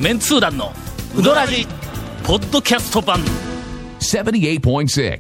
メンツー団のウドラジポッドキャスト版 78.6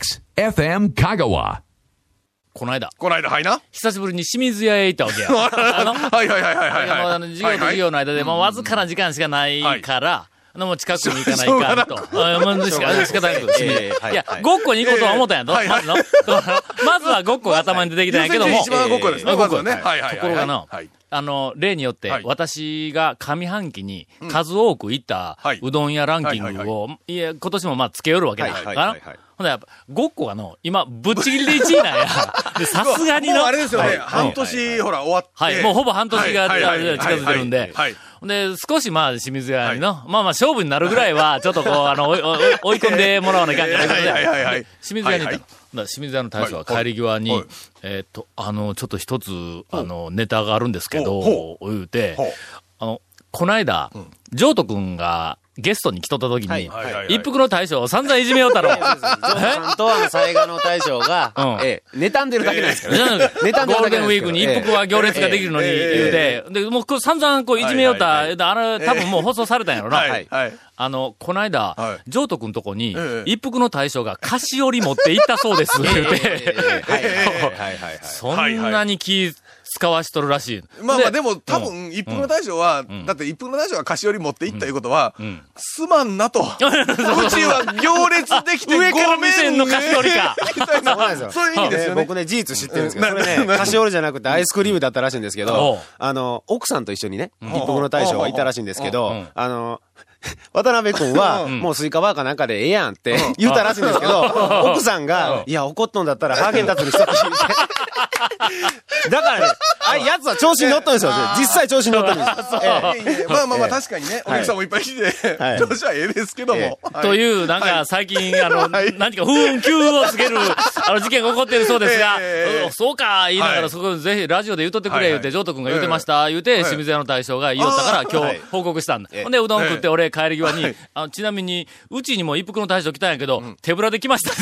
FM 香川。 この間、 はいな。 久しぶりに清水屋へ行ったわけや。 はい授業と授業の間で、わずかな時間しかないから、もう近くに行かないかんと。仕方ないけど、いや、ごっこに行こうとは思ったんやと。まずはごっこが頭に出てきたんやけども。 一番ごっこですね。 ごっこね。 ところがな、例によって、私が上半期に数多く行ったうどん屋ランキングを、今年もつけよるわけだ。ほんでやっぱ、ごっこが今、ぶっちぎりで1位なんや。さすがにもうあれですよね、半年、ほら、終わって。 はい、もうほぼ半年が近づいてるんで。で、少し清水屋に勝負になるぐらいは、ちょっと追い込んでもらわないかんじゃないかと。清水屋に行った。清水屋の大将は帰り際に、ちょっと一つ、ネタがあるんですけど、言うて、この間、ジョート君が、ゲストに来とった時に、一服の大将を散々いじめよったろ。 ジョーさんと最後の大将が、妬んでるだけなんですからね。 ゴールデンウィークに一服は行列ができるのに言うて、で、もう散々いじめよった、多分もう放送されたんやろな。この間、ジョート君とこに、一服の大将が菓子折り持って行ったそうです、言うて。そんなに気使わしとるらしい。 でも多分、一服の大将は、だって一服の大将が菓子折り持って行ったいうことは、すまんなと。うちは行列できて上から目線の菓子折りか。 そういう意味ですよね。 僕ね、事実知ってるんですけど、それね、菓子折りじゃなくてアイスクリームだったらしいんですけど、奥さんと一緒にね、一服の大将がいたらしいんですけど、渡辺君は、もうスイカバーかなんかでええやんって言ったらしいんですけど、奥さんが、いや、怒っとんだったらハーゲンダッツにしときって。だからね、やつは調子に乗ったんですよ。実際調子に乗ったんです。 確かにね、お客さんもいっぱい来て、調子はええですけども。 という、最近、何か風急をつける、事件が起こっているそうですが、そうか、言いながら、そこぜひラジオで言うとってくれ、言うて、ジョート君が言うてました、言うて、清水屋の大将が言おったから、今日報告したんだ。ほんで、うどん食って俺帰り際に、ちなみに、うちにも一服の大将来たんやけど、手ぶらで来ました。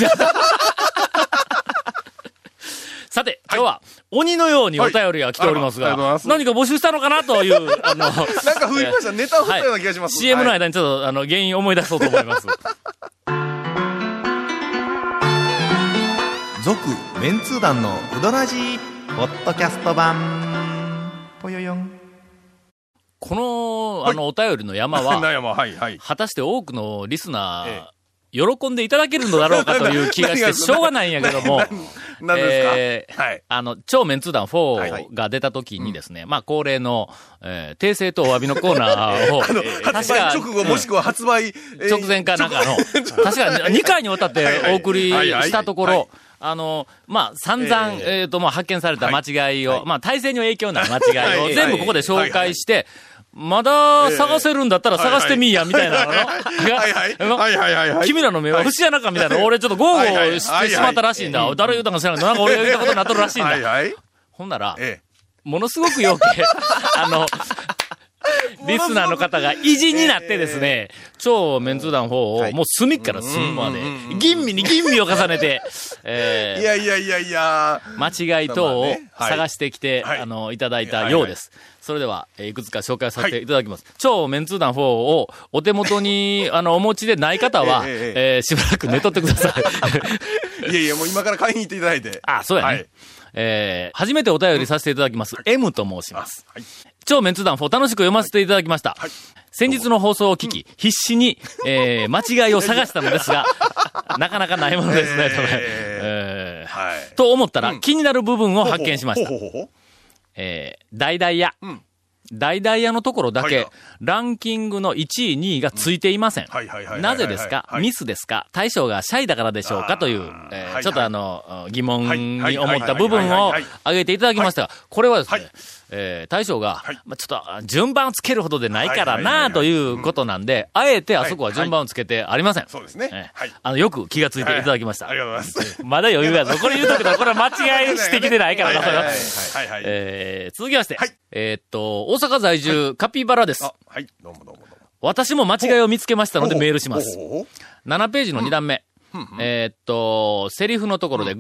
さて、今日は、鬼のようにお便りが来ておりますが、何か募集したのかなという、 なんか振りました。ネタを振ったような気がします。 CM の間にちょっと、原因を思い出そうと思います。 続、メンツー団のうどらじポッドキャスト版、ぽよよん。 この、お便りの山は、 果果たして多くのリスナー、喜んでいただけるのだろうかという気がしてしょうがないんやけども、 何ですか超メンツー団4が出た時にですね、恒例の、訂正とお詫びのコーナーを、 発売直後もしくは発売直前かなんかの、確か2回にわたってお送りしたところ、散々、発見された間違いを、体制に影響ない間違いを全部ここで紹介して、まだ探せるんだったら探してみいや、みたいなの。君らの目は節やなかみたいな、俺ちょっと豪語してしまったらしいんだ。誰言うたか知らんけど、なんか俺が言ったことになっとるらしいんだ。ほんなら、ものすごくよく、リスナーの方が意地になってですね、超メンツー団4をもう隅から隅まで、吟味に吟味を重ねて、間違い等を探してきて、いただいたようです。それでは、いくつか紹介させていただきます。超メンツー団4をお手元に、お持ちでない方は、しばらく寝とってください。 もう今から買いに行っていただいて。 そうやね。初めてお便りさせていただきます。M と申します。超メンツー団4楽しく読ませていただきました。先日の放送を聞き、必死に、間違いを探したのですが、なかなかないものですね、と思ったら、気になる部分を発見しました。大々屋。大々屋のところだけ、ランキングの1位、2位がついていません。なぜですか？ミスですか？大将がシャイだからでしょうか？という、ちょっと疑問に思った部分を挙げていただきましたが、これはですね、大将が、ちょっと順番をつけるほどでないからなということなんで、あえてあそこは順番をつけてありません。 そうですね。 よく気がついていただきました。 ありがとうございます。 まだ余裕やぞ。これ言うとくけど、これは間違い指摘でないからな。続きまして、大阪在住、カピバラです。 どうも。 私も間違いを見つけましたのでメールします。7ページの2段目。セリフのところでゴン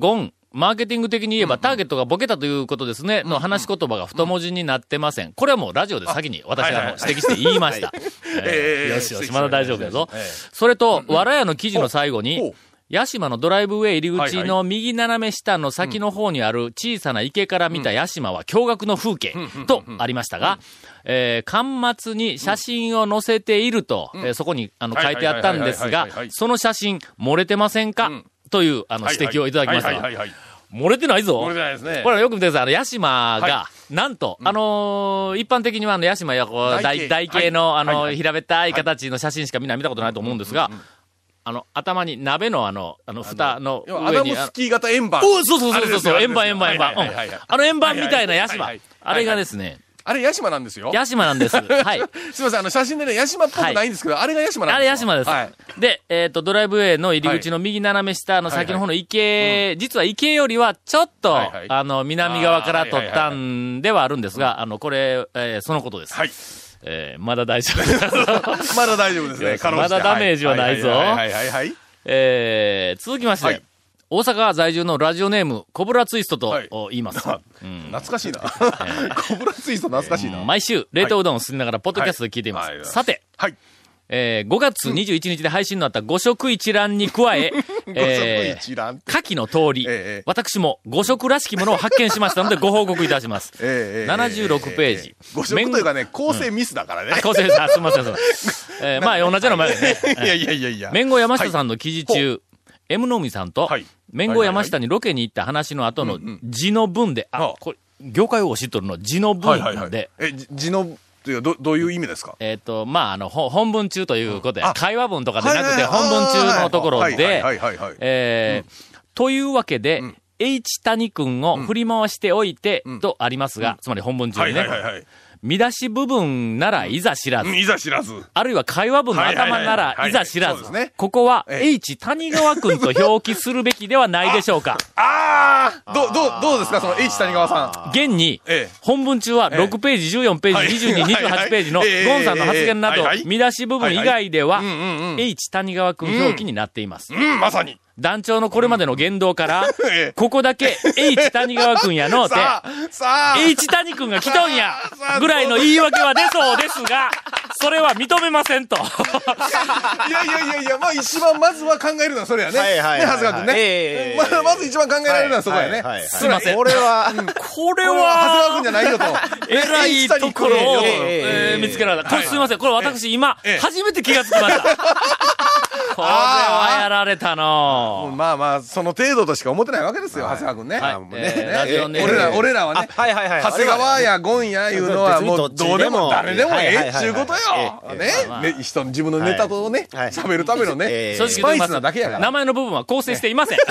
マーケティング的に言えばターゲットがボケたということですね、の話し言葉が太文字になってません。これはもうラジオで先に私が指摘して言いました。よしよし、まだ大丈夫やぞ。それと、わらやの記事の最後に、屋島のドライブウェイ入り口の右斜め下の先の方にある小さな池から見た屋島は驚愕の風景とありましたが、巻末に写真を載せていると、そこに書いてあったんですが、その写真漏れてませんか、という指摘をいただきました。漏れてないぞ。 漏れてないですね。 これよく見てください。屋島が、なんと、一般的には屋島や台形の平べったい形の写真しかみんな見たことないと思うんですが、頭に鍋の蓋の上に。 アダムスキー型円盤。 そう、円盤。円盤みたいな屋島。あれがですね、 あれ、屋島なんですよ。 屋島なんです。はい。 すいません、写真でね、屋島っぽくないんですけど、あれが屋島なんです。 あれ屋島です。で、ドライブウェイの入り口の右斜め下の先の方の池、実は池よりはちょっと、南側から撮ったんではあるんですが、これ、そのことです。はい。まだ大丈夫。 まだ大丈夫ですね。 まだダメージはないぞ。続きまして、大阪在住のラジオネーム、コブラツイストと言います。 懐かしいな。コブラツイスト懐かしいな。 毎週、冷凍うどんを吸いながら、ポッドキャストで聞いています。さて、5月21日で配信のあった5色一覧に加え、下記の通り、私も5色らしきものを発見しましたのでご報告いたします。76ページ。 5色というかね、構成ミスだからね。 構成、すみません。まあ、同じような前ね。 いや。 麺後山下さんの記事中、M のみさんと、麺後山下にロケに行った話の後の字の文で、これ、業界を知っとるの字の文で。 字のというか、どういう意味ですか？ まあ、本文中ということで、会話文とかでなくて、本文中のところで、というわけで、H 谷くんを振り回しておいて、とありますが、つまり本文中にね、見出し部分ならいざ知らず。 いざ知らず。 あるいは会話文の頭ならいざ知らず。ここは H 谷川くんと表記するべきではないでしょうか。 どうですかその H 谷川さん。 現に、本文中は6ページ、14ページ、22、28ページのゴンさんの発言など、見出し部分以外では、H 谷川くん表記になっています。 まさに。 団長のこれまでの言動から、ここだけ H 谷川くんやのうて、H 谷くんが来とんやぐらいの言い訳は出そうですが、それは認めませんと。 いや、まあ一番まずは考えるのはそれやね。ね、長谷川くんね。まず一番考えられるのはそこやね。 すいません。 これは、長谷川くんじゃないよと。 えらいところを見つけられた。これすいません。これ私今、初めて気がつきました。これはやられたの。 まあ、その程度としか思ってないわけですよ、長谷川くんね。 ラジオネーム。 俺らはね、長谷川やゴンやいうのはもうどうでも誰でもええっちゅうことよ。ね、自分のネタとね、喋るためのね、スパイスなだけやから。 名前の部分は構成していません。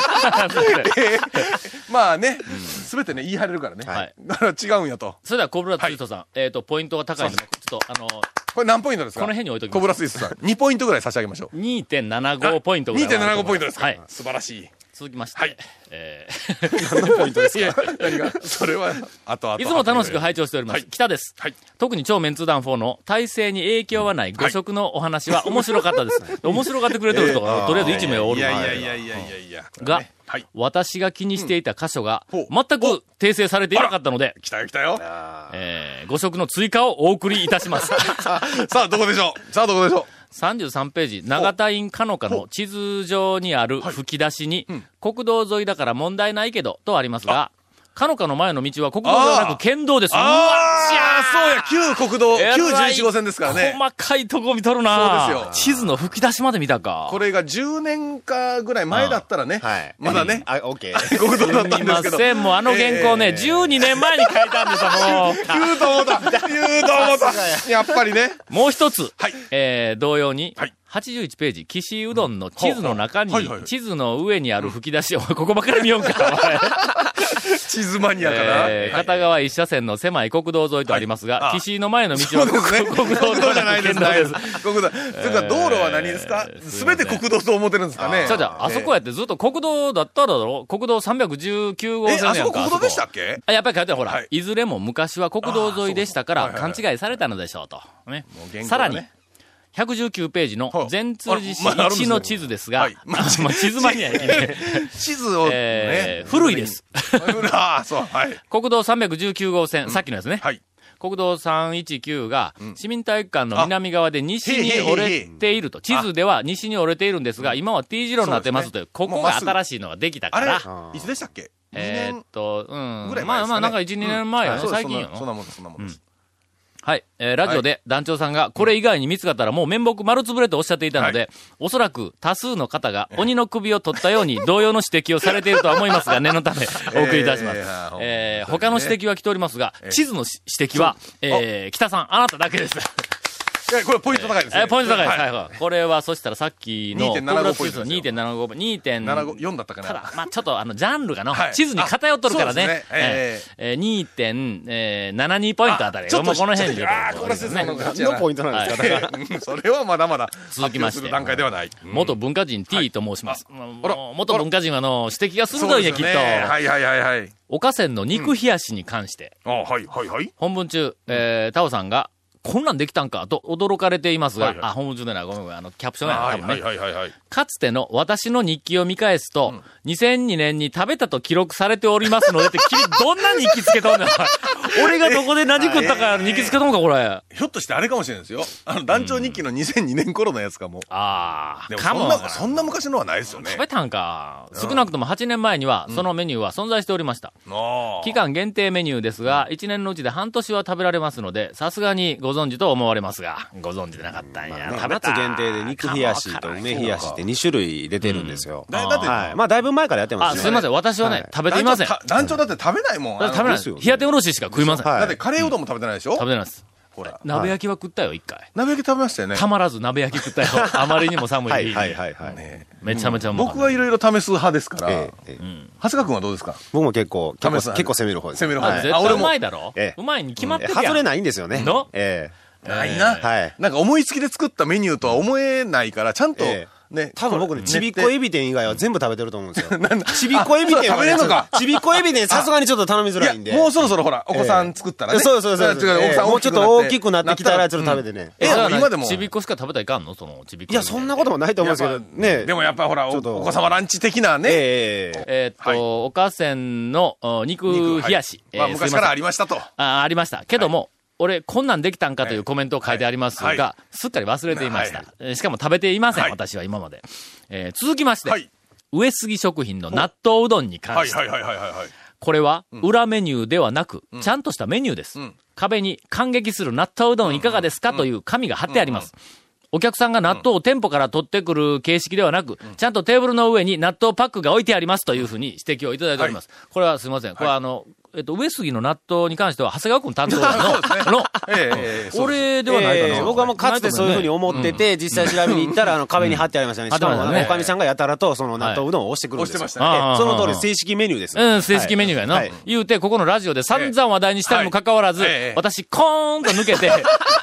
まあね、すべてね、言い張れるからね。だから違うんやと。 それではコブラツイートさん、ポイントが高いので、ちょっとこれ何ポイントですか？ この辺に置いときます。 コブラスイスさん。2ポイントぐらい差し上げましょう。 2.75 ポイントぐらい。 2.75 ポイントですか？ はい。 素晴らしい。 続きまして。 何のポイントですか？何が？それは、 いつも楽しく拝聴しております。北です。特に超メンツ団4の体制に影響はない5色のお話は面白かったです。面白がってくれてる人が、とりあえず1名おる。 いや。 が、私が気にしていた箇所が、全く訂正されていなかったので、 来たよ。 5色の追加をお送りいたします。 さあ、どこでしょう 33ページ、長田院かのかの地図上にある吹き出しに、国道沿いだから問題ないけど、とありますが、かのかの前の道は国道ではなく県道です。うわそうや、旧国道、旧11号線ですからね。 細かいとこ見とるな。 そうですよ。 地図の吹き出しまで見たか。 これが10年かぐらい前だったらね。まだね。 オッケー。 国道だったんですけど。 すみません、もう原稿ね、12年前に書いたんですよ、もう。 言うと思った。やっぱりね。 もう一つ。同様に。81ページ、岸うどんの地図の中に、地図の上にある吹き出しを、ここばっかり見よんか。 地図マニアかな、 片側一車線の狭い国道沿いとありますが、岸の前の道は国道じゃないです。国道。というか、道路は何ですか？すべて国道と思ってるんですかね？ あそこやってずっと国道だっただろ？国道319号線やんか。 あそこ国道でしたっけ？ やっぱり書いてある、ほら、いずれも昔は国道沿いでしたから、勘違いされたのでしょうと。さらに、 119ページの善通寺市1の地図ですが、地図マニアやね。 地図を古いです。 そう、はい。 国道319号線、さっきのやつね。 はい。 国道319が市民体育館の南側で西に折れていると。地図では西に折れているんですが、今は T 字路になってますという、ここが新しいのができたから。 いつでしたっけ？ まあなんか1、2年前やね、最近よ。 そんなもんです、そんなもんです。 はい。ラジオで団長さんがこれ以外に見つかったらもう面目丸つぶれとおっしゃっていたので、おそらく多数の方が鬼の首を取ったように同様の指摘をされているとは思いますが、念のためお送りいたします。他の指摘は来ておりますが、地図の指摘は、北さん、あなただけです。 これポイント高いですね。 ポイント高いです。はい。これは、そしたらさっきの、 2.75ポイントですよ。 2.75、 4だったかな。 ただ、まあちょっとジャンルがの、地図に偏っとるからね。2.72 ポイントあたり。もうこの辺で。 これ何のポイントなんですか？ それはまだまだ続きまして。 段階ではない。 元文化人 T と申します。元文化人は指摘が鋭いね、きっと。 はい。 岡線の肉冷やしに関して。本文中、タオさんが、こんなんできたんかと驚かれていますが、本文中でない、ごめん、キャプションや多分ね。かつての私の日記を見返すと、2002年に食べたと記録されておりますのでって、どんな日記つけとんだ俺がどこで何食ったか日記つけとんか、これ。 ひょっとしてあれかもしれないですよ。団長日記の2002年頃のやつかも。 でもそんな昔のはないですよね。 食べたんか。少なくとも8年前には、そのメニューは存在しておりました。期間限定メニューですが、1年のうちで半年は食べられますので、さすがにご存知と思われますが、ご存知でなかったんや。 食べた。夏限定で肉冷やしと梅冷やしって2種類出てるんですよ。まあだいぶ前からやってますね。 すいません、私はね、食べていません。 団長だって食べないもん。 食べない。冷や天おろししか食いません。 だってカレーうどんも食べてないでしょ？ 食べてないです。ほら。鍋焼きは食ったよ、一回。 鍋焼き食べましたよね。 たまらず鍋焼き食ったよ。あまりにも寒い日。めちゃめちゃうまかった。 僕はいろいろ試す派ですから。長谷川君はどうですか？ 僕も結構攻める方です。 攻める方です。絶対うまいだろ？うまいに決まってるやん。 外れないんですよね。 ないな。なんか思いつきで作ったメニューとは思えないから、ちゃんと、ね。 多分僕ね、ちびっこエビ天以外は全部食べてると思うんですよ。ちびっこエビ天食べれるのか？ ちびっこエビ天さすがにちょっと頼みづらいんで。 もうそろそろほら、お子さん作ったらね。 そう。もうちょっと大きくなってきたらちょっと食べてね。 今でも。ちびっこしか食べたらいかんの？そのちびっこ。 いや、そんなこともないと思うんですけどね。 でもやっぱほら、お子様ランチ的なね。 岡線の肉冷やし。 昔からありましたと。 ありました。けども、俺、こんなんできたんかというコメントを書いてありますが、すっかり忘れていました。しかも食べていません、私は今まで。続きまして、上杉食品の納豆うどんに関して。これは、裏メニューではなく、ちゃんとしたメニューです。壁に感激する納豆うどんいかがですかという紙が貼ってあります。お客さんが納豆を店舗から取ってくる形式ではなく、ちゃんとテーブルの上に納豆パックが置いてありますというふうに指摘をいただいております。これはすみません。これは上杉の納豆に関しては、長谷川君担当の、俺ではないかな。 僕はもうかつてそういうふうに思ってて、実際調べに行ったら、壁に貼ってありましたね。しかも、おかみさんがやたらと、その納豆うどんを押してくるんですよ。その通り正式メニューです。 正式メニューやな。言うて、ここのラジオで散々話題にしたにもかかわらず、私、コーンと抜けて、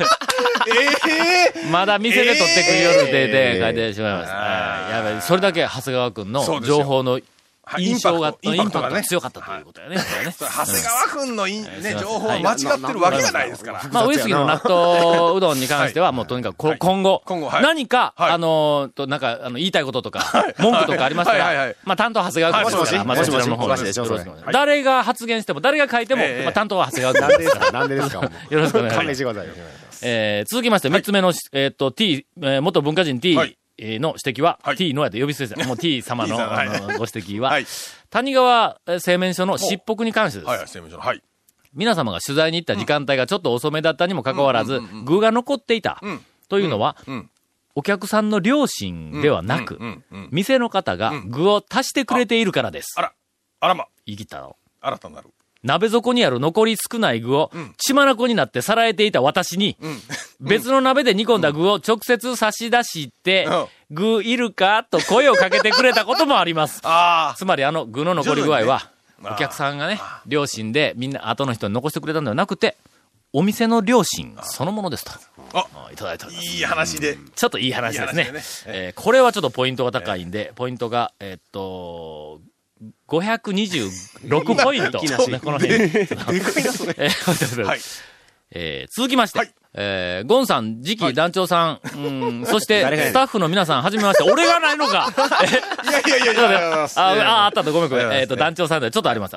まだ店で取ってくる夜で書いてしまいました。やばい、それだけ長谷川君の情報の印象が、インパクトが強かったということやね。 長谷川君の情報は間違ってるわけがないですから。 まあ、上杉の納豆うどんに関しては、もうとにかく今後、何か、なんか、言いたいこととか、文句とかありましたら、まあ、担当長谷川君ですから、まあ、そちらの方で。誰が発言しても、誰が書いても、担当は長谷川君ですから。 なんでですか？ よろしくお願いします。 勘弁してください。 続きまして、3つ目の、T、元文化人 T、の指摘は、T のやで呼び捨てです。もう T 様のご指摘は、谷川製麺所の失北に関してです。皆様が取材に行った時間帯がちょっと遅めだったにもかかわらず、具が残っていた。というのは、お客さんの良心ではなく、店の方が具を足してくれているからです。 あらま。 言い切ったの。 新たなる。 鍋底にある残り少ない具を、血眼になってさらえていた私に、別の鍋で煮込んだ具を直接差し出して、具いるかと声をかけてくれたこともあります。つまり具の残り具合は、お客さんがね、良心でみんな後の人に残してくれたんではなくて、お店の良心そのものですと。いただいております。 いい話で。 ちょっといい話ですね。これはちょっとポイントが高いんで、ポイントが、526ポイント。この辺。 続きまして、ゴンさん、次期団長さん、そして、スタッフの皆さん、はじめまして、俺がないのかいや。 あったと、ごめん。団長さんでちょっとあります。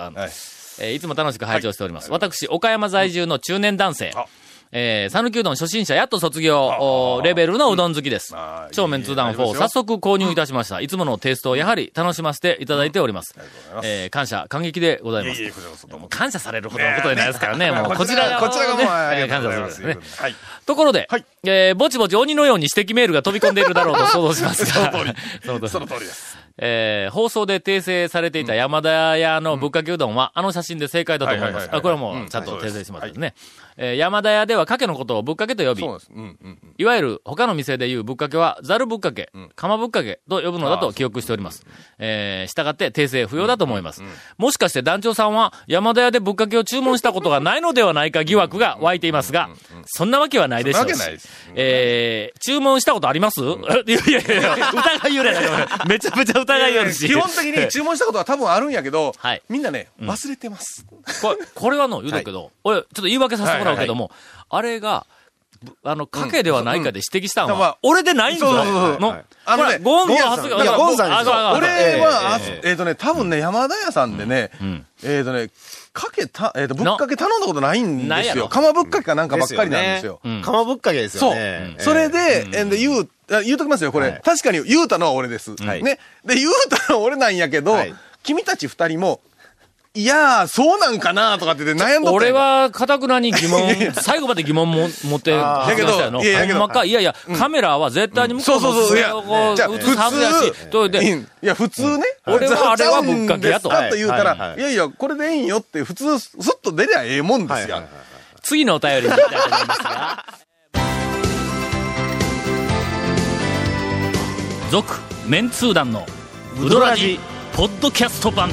いつも楽しく拝聴しております。私、岡山在住の中年男性。讃岐うどん初心者やっと卒業レベルのうどん好きです。超麺通談4早速購入いたしました。いつものテイストをやはり楽しませていただいております。感謝、感激でございます。感謝されるほどのことじゃないですからね。もうこちらがもう感謝するんですね。ところで、ぼちぼち鬼のように指摘メールが飛び込んでいるだろうと想像しますが。 その通りです。 放送で訂正されていた山田屋のぶっかけうどんは、あの写真で正解だと思います。これはもうちゃんと訂正しますね。山田屋ではかけのことをぶっかけと呼び、いわゆる他の店でいうぶっかけはざるぶっかけ、釜ぶっかけと呼ぶのだと記憶しております。したがって訂正不要だと思います。もしかして団長さんは山田屋でぶっかけを注文したことがないのではないか疑惑が湧いていますが、そんなわけはないでしょうし。注文したことあります？いや、疑いよれない。めちゃめちゃ疑いよるし。 基本的に注文したことは多分あるんやけど、みんなね、忘れてます。 これは言うだけど、俺、ちょっと言い訳させてもらうけども、あれが、かけではないかで指摘したのは、俺でないんだよ。ゴンの発言、 ゴンさんですよ。 俺は、多分ね、山田屋さんでね、かけた、ぶっかけ頼んだことないんですよ。釜ぶっかけかなんかばっかりなんですよ。 釜ぶっかけですよね。 そう。それで、言うときますよ、これ。確かに言うたのは俺です。ね。で、言うたのは俺なんやけど、君たち二人も、いやー、そうなんかなとかって悩んどった。 俺は、かたくなに疑問、最後まで疑問も持って発言したの。いや、カメラは絶対に向こうの姿勢をこう、映すはずやし、 いや、普通ね。 俺はあれはぶっかけやと。 と言うたら、いやいや、これでいいんよって、普通、スッと出りゃええもんですよ。 次のお便りに行きたいと思いますが。続、メンツー団の、ウドラジ、ポッドキャスト版。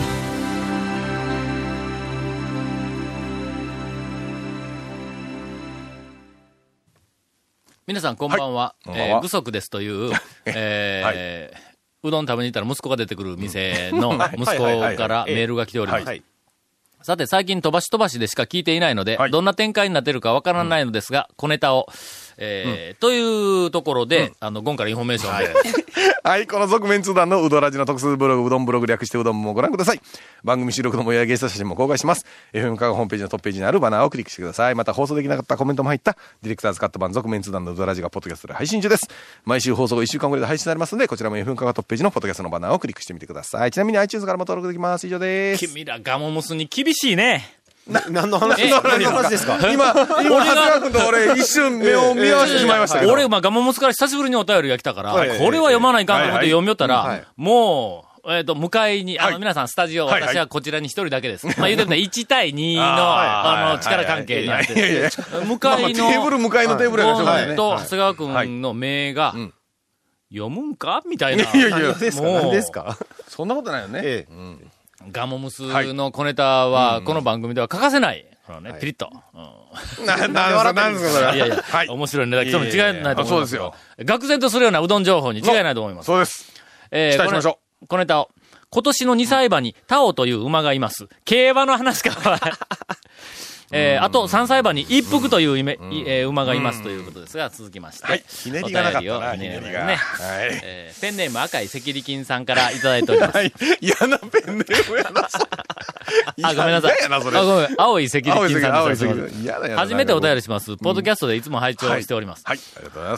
皆さんこんばんは。具足ですという、うどん食べに行ったら息子が出てくる店の息子からメールが来ております。さて、最近飛ばしでしか聞いていないので、どんな展開になっているかわからないのですが、小ネタを、というところで、ゴンからインフォメーションで。 はい、この続面通談のうどらじの特設ブログ、うどんブログ略してうどんもご覧ください。番組収録の模様やゲスト写真も公開します。FM カゴホームページのトップページにあるバナーをクリックしてください。また放送できなかったコメントも入ったディレクターズカット版続面通談のうどらじがポッドキャストで配信中です。毎週放送後1週間後で配信されますので、こちらも FM カゴトップページのポッドキャストのバナーをクリックしてみてください。ちなみに iTunes からも登録できます。以上です。 君らガモムスに厳しいね。 何の話ですか？ 今、長谷川君と俺一瞬目を見合わせてしまいましたけど。 俺、ガモムスから久しぶりにお便りが来たから、これは読まないかんと思って読みよったら、もう、向かいに、皆さんスタジオ、私はこちらに一人だけです。まあ言うてもね、1対2の、力関係になって、向かいの、 向かいのテーブルやからね。と、長谷川君の目が、読むんかみたいな。 何ですか？ そんなことないよね。 ガモムスの小ネタは、この番組では欠かせない。ピリッと。 なんですか、 いやいや、面白いネタ来たの違いないと思います。そうですよ。愕然とするようなうどん情報に違いないと思います。 そうです。期待しましょう。小ネタを。今年の2歳馬にタオという馬がいます。競馬の話か。あと3歳馬に一服という馬がいますということですが、続きまして。 ひねりがなかったな、ひねりが。 ペンネーム赤い赤利金さんからいただいております。 嫌なペンネームやな、それ。 ごめんなさい。ごめん。青い赤利金さんです。初めてお便りします。ポッドキャストでいつも拝聴しております。 はい、ありがとうございます。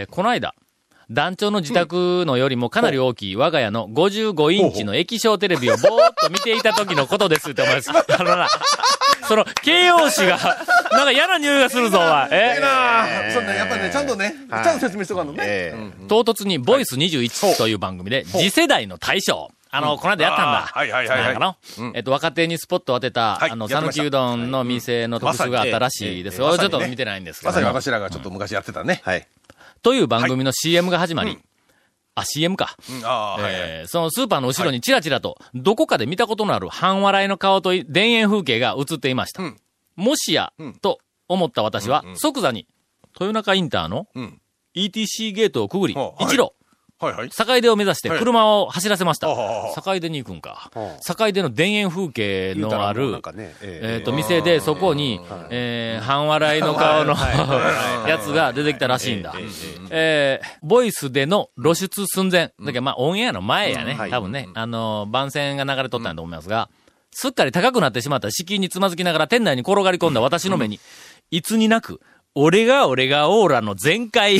この間、団長の自宅のよりもかなり大きい我が家の55インチの液晶テレビをぼーっと見ていた時のことですって思います。その形容詞が、なんか嫌な匂いがするぞ、お前。 そうね、やっぱね、ちゃんと説明しとかんのね。 唐突にボイス21という番組で、次世代の大将。この間やったんだ。はい。若手にスポットを当てた、讃岐うどんの店の特集があったらしいですよ。ちょっと見てないんですけど。 まさに私らがちょっと昔やってたね。はい。 という番組の CM が始まり、CM か。そのスーパーの後ろにチラチラと、どこかで見たことのある半笑いの顔と田園風景が映っていました。もしや、と思った私は、即座に、豊中インターの ETC ゲートをくぐり、一路、 坂出を目指して車を走らせました。 はい坂出に行くんかは。 坂出の田園風景のある、店でそこに、半笑いの顔のやつが出てきたらしいんだ。ボイスでの露出寸前。だけどまあオンエアの前やね。多分ね、番宣が流れとったんだと思いますが、すっかり高くなってしまった敷居につまずきながら店内に転がり込んだ私の目に、いつになく、俺がオーラの全開。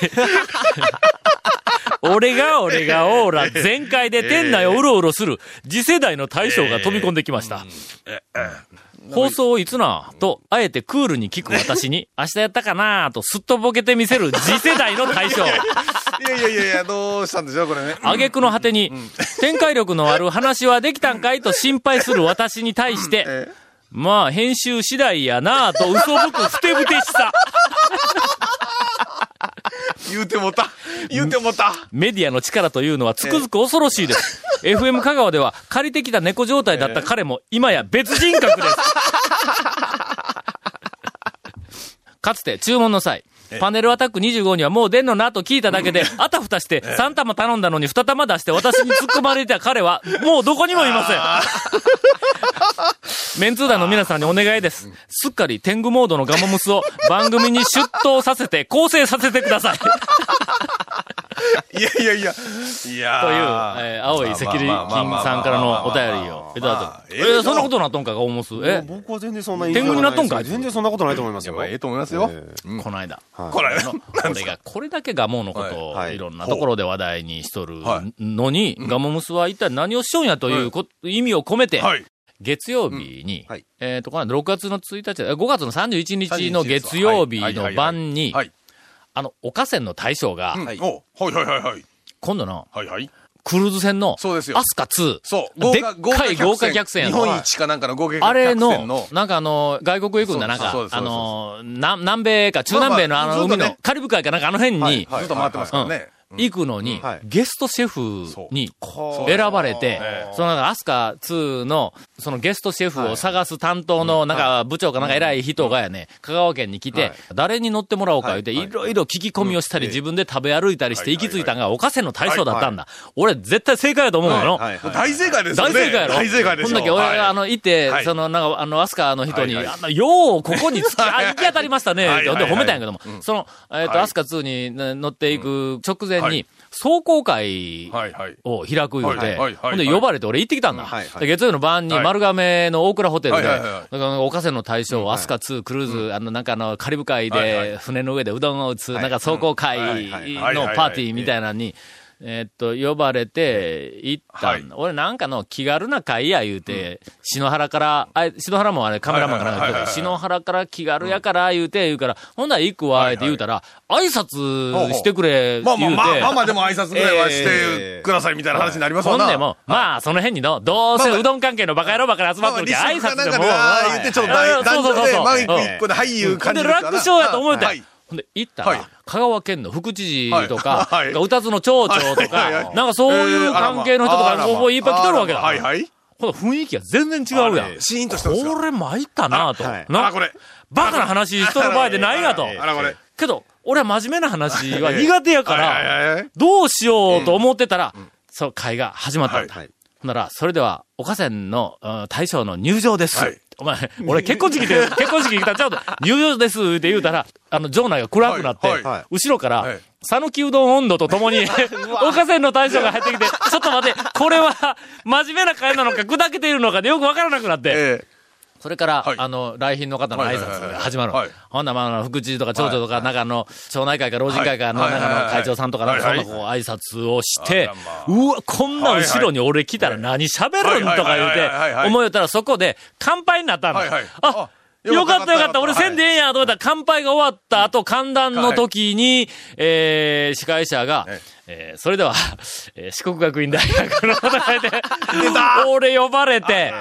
俺がオーラ全開で店内をうろうろする次世代の大将が飛び込んできました。放送いつなと、あえてクールに聞く私に、明日やったかなとすっとぼけてみせる次世代の大将。 いや、どうしたんでしょう、これね。 挙句の果てに、展開力のある話はできたんかいと心配する私に対して、まあ、編集次第やなと嘘吹くふてぶてしさ。 言うてもた。 メディアの力というのはつくづく恐ろしいです。FM 香川では借りてきた猫状態だった彼も今や別人格です。かつて注文の際、パネルアタック25にはもう出んのなと聞いただけで、あたふたして3玉頼んだのに2玉出して私に突っ込まれてた彼はもうどこにもいません。メンツー団の皆さんにお願いです。すっかり天狗モードのガモムスを番組に出頭させて構成させてください。 いや。 という、青い赤痢金さんからのお便りをいただいて。そんなことなっとんかが思うす。 僕は全然そんな天狗になっとんか全然そんなことないと思いますよ。 ええと思いますよ。 この間。 これがこれだけガモのことをいろんなところで話題にしとるのに、ガモムスは一体何をしようんやという意味を込めて、月曜日に、6月の1日、5月の31日の月曜日の晩に、岡線の大将が、今度の、クルーズ船の、アスカ2、でっかい豪華客船や日本一かなんかの豪華客船あれの、なんか外国行くんだ、なんか、南米か、中南米の海の、カリブ海かなんか辺に、 ずっと回ってますからね。 行くのに、ゲストシェフに選ばれて、そのアスカ2の、そのゲストシェフを探す担当の、なんか部長かなんか偉い人がやね、香川県に来て、誰に乗ってもらおうか言って、いろいろ聞き込みをしたり、自分で食べ歩いたりして行き着いたのが、岡線の大将だったんだ。俺、絶対正解だと思うの。 大正解ですよね。 大正解やろ。 大正解です。 ほんだけ俺、行って、その、なんか、アスカの人に、よう、ここに行き当たりましたね。で、褒めたんやけども、その、アスカ2に乗っていく直前に、壮行会を開く言うて、ほんで呼ばれて俺行ってきたんだ。月曜日の晩に丸亀の大倉ホテルで、岡線の大将、アスカ2クルーズ、なんかカリブ海で船の上でうどんを打つ、なんか壮行会のパーティーみたいなのに、呼ばれて行ったんだ。俺なんかの気軽な会や言うて、篠原から、篠原もあれカメラマンかなんか篠原から気軽やから言うて言うから、ほんなら行くわって言うたら、挨拶してくれ言うて。 まあでも挨拶ぐらいはしてくださいみたいな話になりますもんな。 ほんでも、まあその辺にの、どうせうどん関係のバカ野郎ばかり集まってるけど、挨拶でも。 言ってちょっと男女でマイク一個ではいいう感じですから。 楽勝やと思うて。ほんで、行ったら、香川県の副知事とか、歌津の町長とか、なんかそういう関係の人とか、いっぱい来とるわけだ。この雰囲気が全然違うやん。 シーンとしてますよ。 これ参ったなと。バカな話しとる場合でないやと。けど、俺は真面目な話は苦手やから、どうしようと思ってたら、そう、会が始まった。ほんなら、それでは、岡線の大将の入場です。お前、俺結婚式来たらちゃうと、入場ですって言うたら、場内が暗くなって、後ろから、讃岐うどん温度とともに、岡線の大将が入ってきて、ちょっと待って、これは、真面目な会なのか、砕けているのかでよくわからなくなって、それから、来賓の方の挨拶が始まる。ほんなら、副知事とか町長とか、なんか町内会か老人会か、なんか会長さんとか、そんなこう挨拶をして、うわ、こんな後ろに俺来たら何喋るんとか言うて、思いよったらそこで乾杯になったんだ。あ、よかったよかった。俺せんでええんやと思ったら乾杯が終わった後、歓談の時に、司会者が、それでは、四国学院大学の方がいて、俺呼ばれて、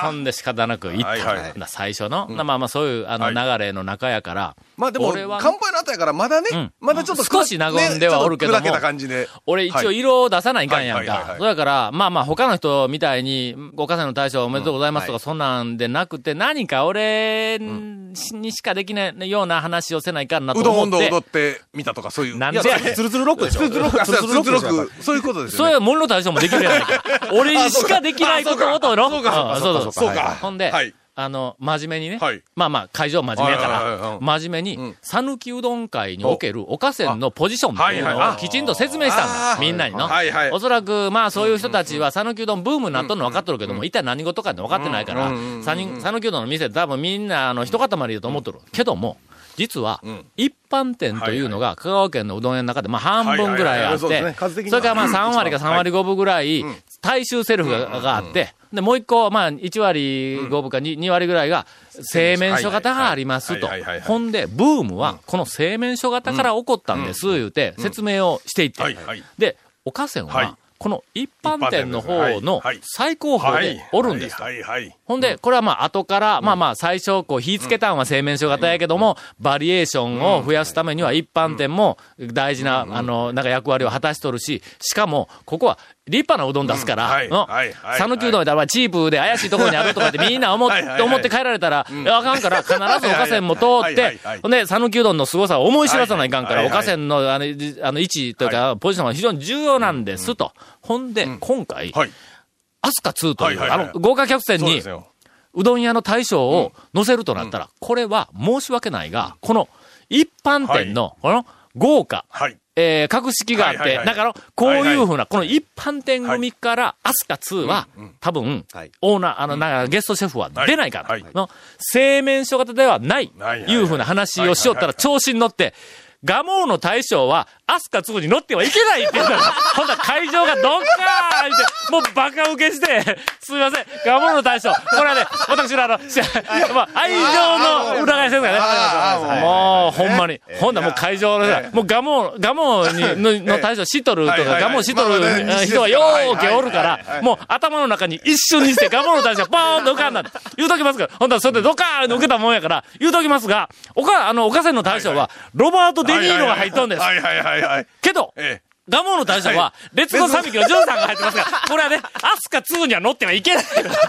ほんで仕方なく行った。 はいはい最初の、まあまあそういう流れの中やから。 まあでも、 俺は乾杯の後やからまだね、まだちょっと少し和んではおるけども、 ね、ちょっと砕けた感じで。 俺一応色を出さないかんやんか。 はいはいはいはいそやから、まあまあ他の人みたいに、ご家政の大将おめでとうございますとか、そんなんでなくて、何か俺にしかできないような話をせないかんなとうどん思って。 温度踊ってみたとか、そういう。 なんでやツルツルロックでしょ。 ツルツルロック、ツルツルロック、そういうことですよね。 それは森の大将もできるやないか。俺にしかできないことをとの。 そうか、そうか。 ほんで、 はい。 真面目にね、 はいまあまあ、会場真面目やかはいはいはいはいら、真面目に、讃岐うどん会におけるおかせんのポジションっていうのをきちんと説明したんだ、みんなにの。 はいはいおそらく、まあそういう人たちは讃岐うどんブームになっとるの分かっとるけども、一体何事かって分かってないから、讃岐うどんの店多分みんな、一塊だと思っとる。けども、実は、一般店というのが、香川県のうどん屋の中で、まあ半分ぐらいあって、それからまあ3割か3割5分ぐらい、大衆セルフがあって、で、もう一個、まあ1割5分か2割ぐらいが、製麺所型がありますと。ほんで、ブームは、この製麺所型から起こったんです、言うて、説明をしていって。で、おかせんは、この一般店の方の最高峰でおるんです。ほんで、これはまあ後から、まあまあ最初、こう火つけたんは製麺所型やけども、バリエーションを増やすためには一般店も大事な、なんか役割を果たしとるし、しかも、ここは立派なうどん出すから、讃岐うどんやったらチープで怪しいところにあるとかってみんな思って帰られたら、あかんから、必ずおかせんも通って、ほんで、讃岐うどんの凄さを思い知らさないかんから、おかせんの位置というか、ポジションは非常に重要なんですと。ほんで、今回、アスカ2という、豪華客船に、うどん屋の大将を乗せるとなったら、これは申し訳ないが、この一般店の、この豪華、格式があって、だから、こういうふうな、この一般店組からアスカ2は、多分、オーナー、なんかゲストシェフは出ないから、の、製麺所型ではない、いうふうな話をしよったら、調子に乗って、ガモーの大将は、アスカ2に乗ってはいけないって言ったら、ほんなら会場がドッカーンって、もうバカ受けして、すみません、ガモーの大将、これはね、私のまあ、愛情の裏返しですからね。もう、ほんまに。ほんならもう会場の、もうガモーの大将知っとるとか、ガモー知っとる人はよーけおるから、もう頭の中に一瞬にしてガモーの大将ポーンと浮かんだって言うときますから、ほんならそれでドカーンと受けたもんやから、言うときますが、おかせんの大将は、ロバート・デ・ニーロが入っとんです。けど、ガモーの大将は、別の3匹のジョンさんが入ってますから、これはね、アスカ2には乗ってはいけない。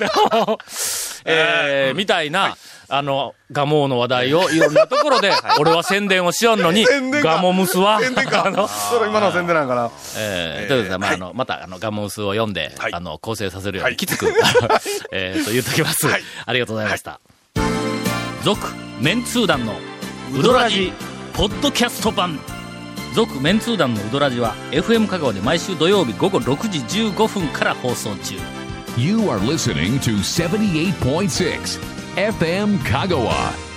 みたいな、ガモーの話題をいろんなところで、俺は宣伝をしよんのに、ガモムスは、 宣伝か。それ今の宣伝なんかな。 ということで、まあ、また、ガモムスを読んで、構成させるように、きつく、言っときます。ありがとうございました。続、メンツー団の、ウドラジ、ポッドキャスト版。続メンツー団のウドラジは FM 香川で毎週土曜日午後6時15分から放送中。 You are listening to 78.6 FM 香川。